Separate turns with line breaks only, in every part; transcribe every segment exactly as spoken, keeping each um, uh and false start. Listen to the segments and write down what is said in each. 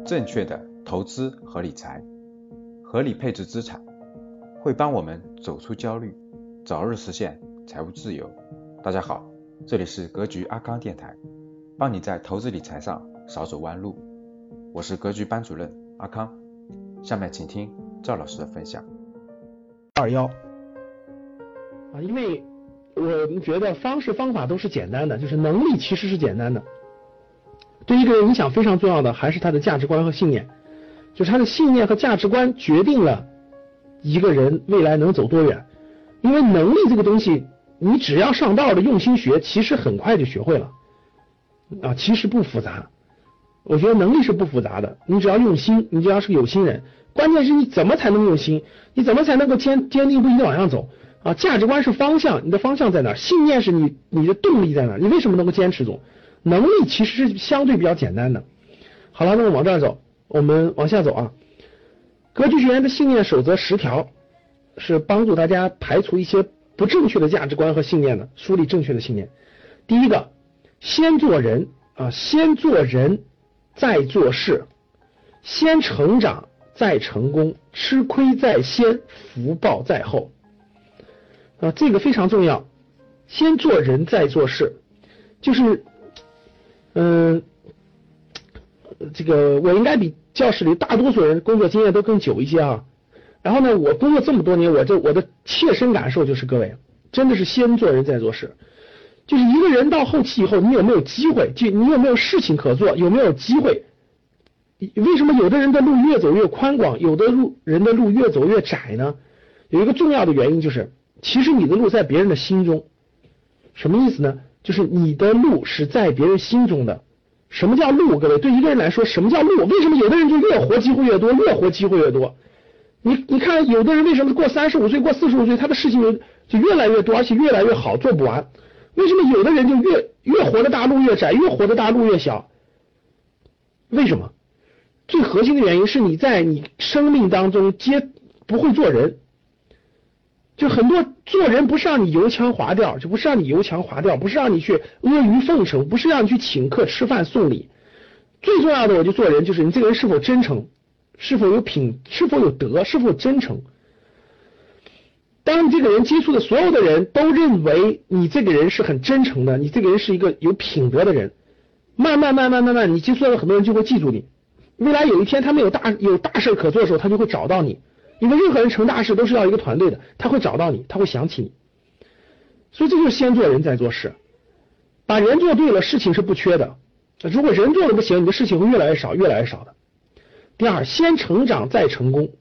正确的投资和理财，合理配置资产，会帮我们走出焦虑，早日实现财务自由。大家好，这里是格局阿康电台，帮你在投资理财上少走弯路。我是格局班主任阿康，下面请听赵老师的分享。
二幺啊，因为我们觉得方式方法都是简单的，就是能力其实是简单的。对一个人影响非常重要的还是他的价值观和信念，就是他的信念和价值观决定了一个人未来能走多远。因为能力这个东西，你只要上道的用心学，其实很快就学会了啊，其实不复杂。我觉得能力是不复杂的，你只要用心，你只要是个有心人，关键是你怎么才能用心，你怎么才能够坚坚定不移的往上走啊？价值观是方向，你的方向在哪儿？信念是你你的动力在哪儿？你为什么能够坚持走？能力其实是相对比较简单的。好了，那么往这儿走，我们往下走啊。格局学员的信念守则十条，是帮助大家排除一些不正确的价值观和信念的，树立正确的信念。第一个，先做人啊，先做人再做事，先成长再成功，吃亏在先，福报在后啊，这个非常重要。先做人再做事，就是嗯，这个我应该比教室里大多数人工作经验都更久一些啊。然后呢，我工作这么多年，我这我的切身感受就是，各位真的是先做人再做事。就是一个人到后期以后，你有没有机会？就你有没有事情可做？有没有机会？为什么有的人的路越走越宽广，有的路人的路越走越窄呢？有一个重要的原因就是，其实你的路在别人的心中。什么意思呢？就是你的路是在别人心中的。什么叫路？各位，对一个人来说，什么叫路？为什么有的人就越活机会越多，越活机会越多？你你看，有的人为什么过三十五岁、过四十五岁，他的事情就越来越多，而且越来越好，做不完？为什么有的人就越越活的大路越窄，越活的大路越小？为什么？最核心的原因是你在你生命当中接不会做人。就很多做人不是让你油腔滑调，就不是让你油腔滑调，不是让你去阿谀奉承，不是让你去请客吃饭送礼。最重要的，我就做人，就是你这个人是否真诚，是否有品，是否有德，是否真诚。当你这个人接触的所有的人都认为你这个人是很真诚的，你这个人是一个有品德的人，慢慢慢慢慢慢，你接触到的很多人就会记住你。未来有一天他们有大有大事可做的时候，他就会找到你。因为任何人成大事都是要一个团队的，他会找到你，他会想起你。所以这就是先做人再做事，把人做对了，事情是不缺的。如果人做的不行，你的事情会越来越少，越来越少的。第二，先成长再成功，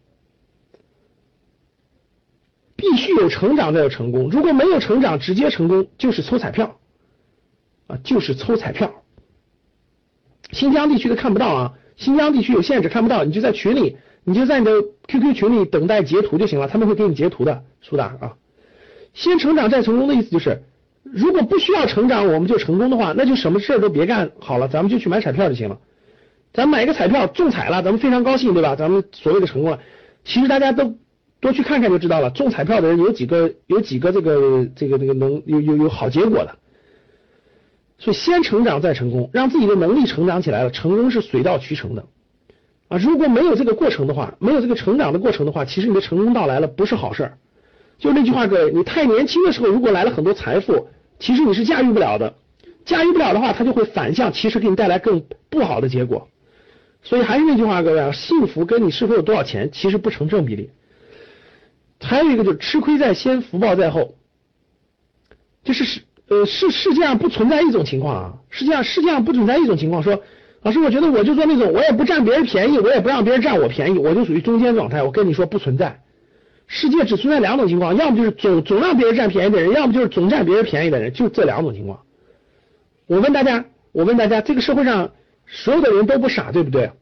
必须有成长再有成功。如果没有成长直接成功，就是抽彩票啊，就是抽彩票。新疆地区的看不到啊，新疆地区有限制看不到，你就在群里。你就在你的 Q Q 群里等待截图就行了，他们会给你截图的，苏大啊。先成长再成功的意思就是，如果不需要成长我们就成功的话，那就什么事都别干好了，咱们就去买彩票就行了。咱买一个彩票中彩了，咱们非常高兴，对吧？咱们所谓的成功了。其实大家都多去看看就知道了，中彩票的人有几个有几个这个这个这个能有有有好结果的。所以先成长再成功，让自己的能力成长起来了，成功是水到渠成的。啊，如果没有这个过程的话，没有这个成长的过程的话，其实你的成功到来了不是好事儿。就那句话，各位，你太年轻的时候，如果来了很多财富，其实你是驾驭不了的。驾驭不了的话，它就会反向，其实给你带来更不好的结果。所以还是那句话，各位啊，幸福跟你是否有多少钱其实不成正比例。还有一个就是吃亏在先，福报在后。就是是呃是世界上不存在一种情况啊，世界上世界上不存在一种情况说。老师，我觉得我就做那种，我也不占别人便宜，我也不让别人占我便宜，我就属于中间状态。我跟你说不存在，世界只存在两种情况，要么就是总总让别人占便宜的人，要么就是总占别人便宜的人，就这两种情况。我问大家，我问大家，这个社会上所有的人都不傻，对不对？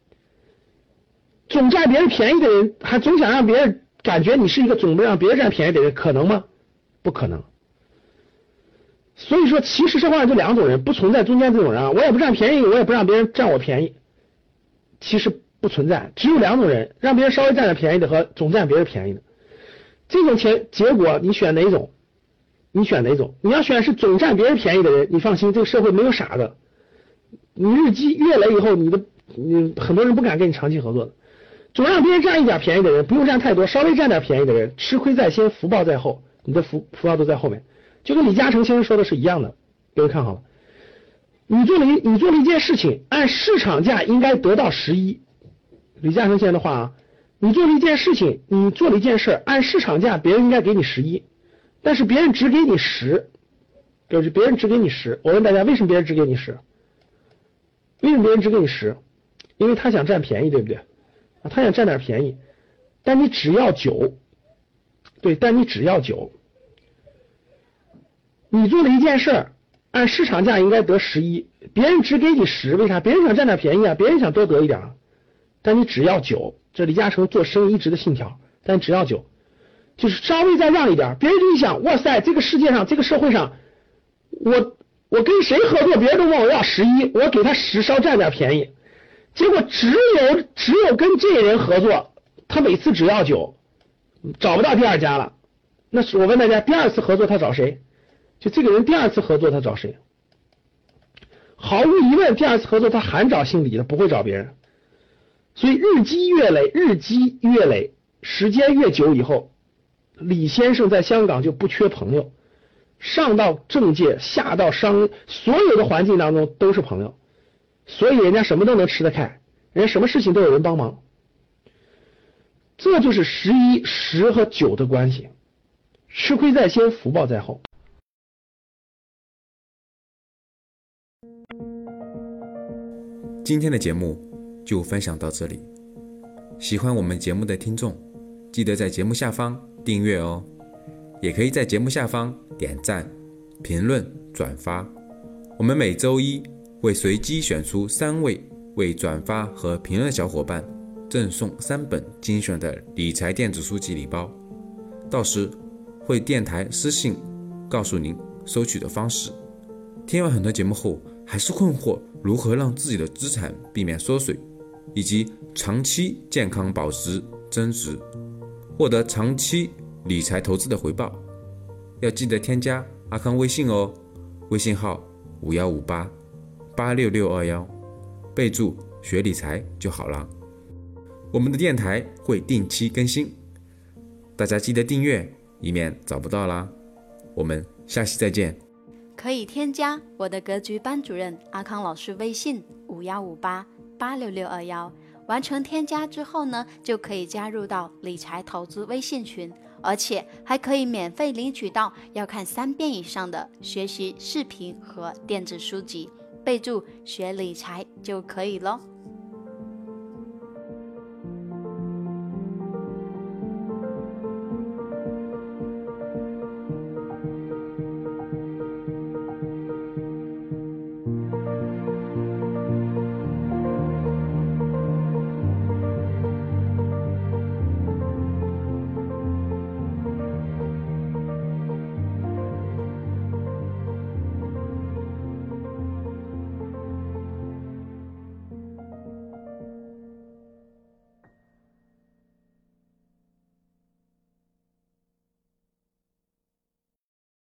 总占别人便宜的人，还总想让别人感觉你是一个总不让别人占便宜的人，可能吗？不可能。所以说，其实社会上就两种人，不存在中间这种人啊，我也不占便宜，我也不让别人占我便宜，其实不存在，只有两种人，让别人稍微占点便宜的和总占别人便宜的。这种钱结果你选哪种？你选哪种？你要选是总占别人便宜的人，你放心，这个社会没有傻子。你日积月累以后，你的你很多人不敢跟你长期合作的。总让别人占一点便宜的人，不用占太多，稍微占点便宜的人，吃亏在先，福报在后，你的福福报都在后面，就跟李嘉诚先生说的是一样的。各位看好了，你做了一你做了一件事情，按市场价应该得到十一。李嘉诚先生的话啊，你做了一件事情，你做了一件事，按市场价别人应该给你十一，但是别人只给你十，就是别人只给你十。我问大家，为什么别人只给你十？为什么别人只给你十？因为他想占便宜，对不对？他想占点便宜，但你只要九，对，但你只要九。你做了一件事，按市场价应该得十一，别人只给你十，为啥？别人想占点便宜啊，别人想多得一点，但你只要九。这李嘉诚做生意一直的信条，但只要九，就是稍微再让一点，别人就一想，哇塞，这个世界上，这个社会上，我我跟谁合作，别人都问我要十一，我给他十，稍占点便宜。结果只有只有跟这人合作，他每次只要九，找不到第二家了。那是我问大家，第二次合作他找谁？就这个人第二次合作他找谁？毫无疑问，第二次合作他还找姓李的，不会找别人。所以日积月累，日积月累，时间越久以后，李先生在香港就不缺朋友，上到政界，下到商，所有的环境当中都是朋友。所以人家什么都能吃得开，人家什么事情都有人帮忙，这就是十一、十和九的关系，吃亏在先，福报在后。
今天的节目就分享到这里，喜欢我们节目的听众，记得在节目下方订阅哦，也可以在节目下方点赞、评论、转发。我们每周一会随机选出三位为转发和评论的小伙伴赠送三本精选的理财电子书籍礼包，到时会电台私信告诉您收取的方式。听完很多节目后，还是困惑如何让自己的资产避免缩水，以及长期健康保值增值，获得长期理财投资的回报，要记得添加阿康微信哦，微信号五一五八八六六二一，备注学理财就好了。我们的电台会定期更新，大家记得订阅，以免找不到啦。我们下期再见。
可以添加我的格局班主任阿康老师微信五一五八八六六二一，完成添加之后呢，就可以加入到理财投资微信群，而且还可以免费领取到要看三遍以上的学习视频和电子书籍，备注学理财就可以咯。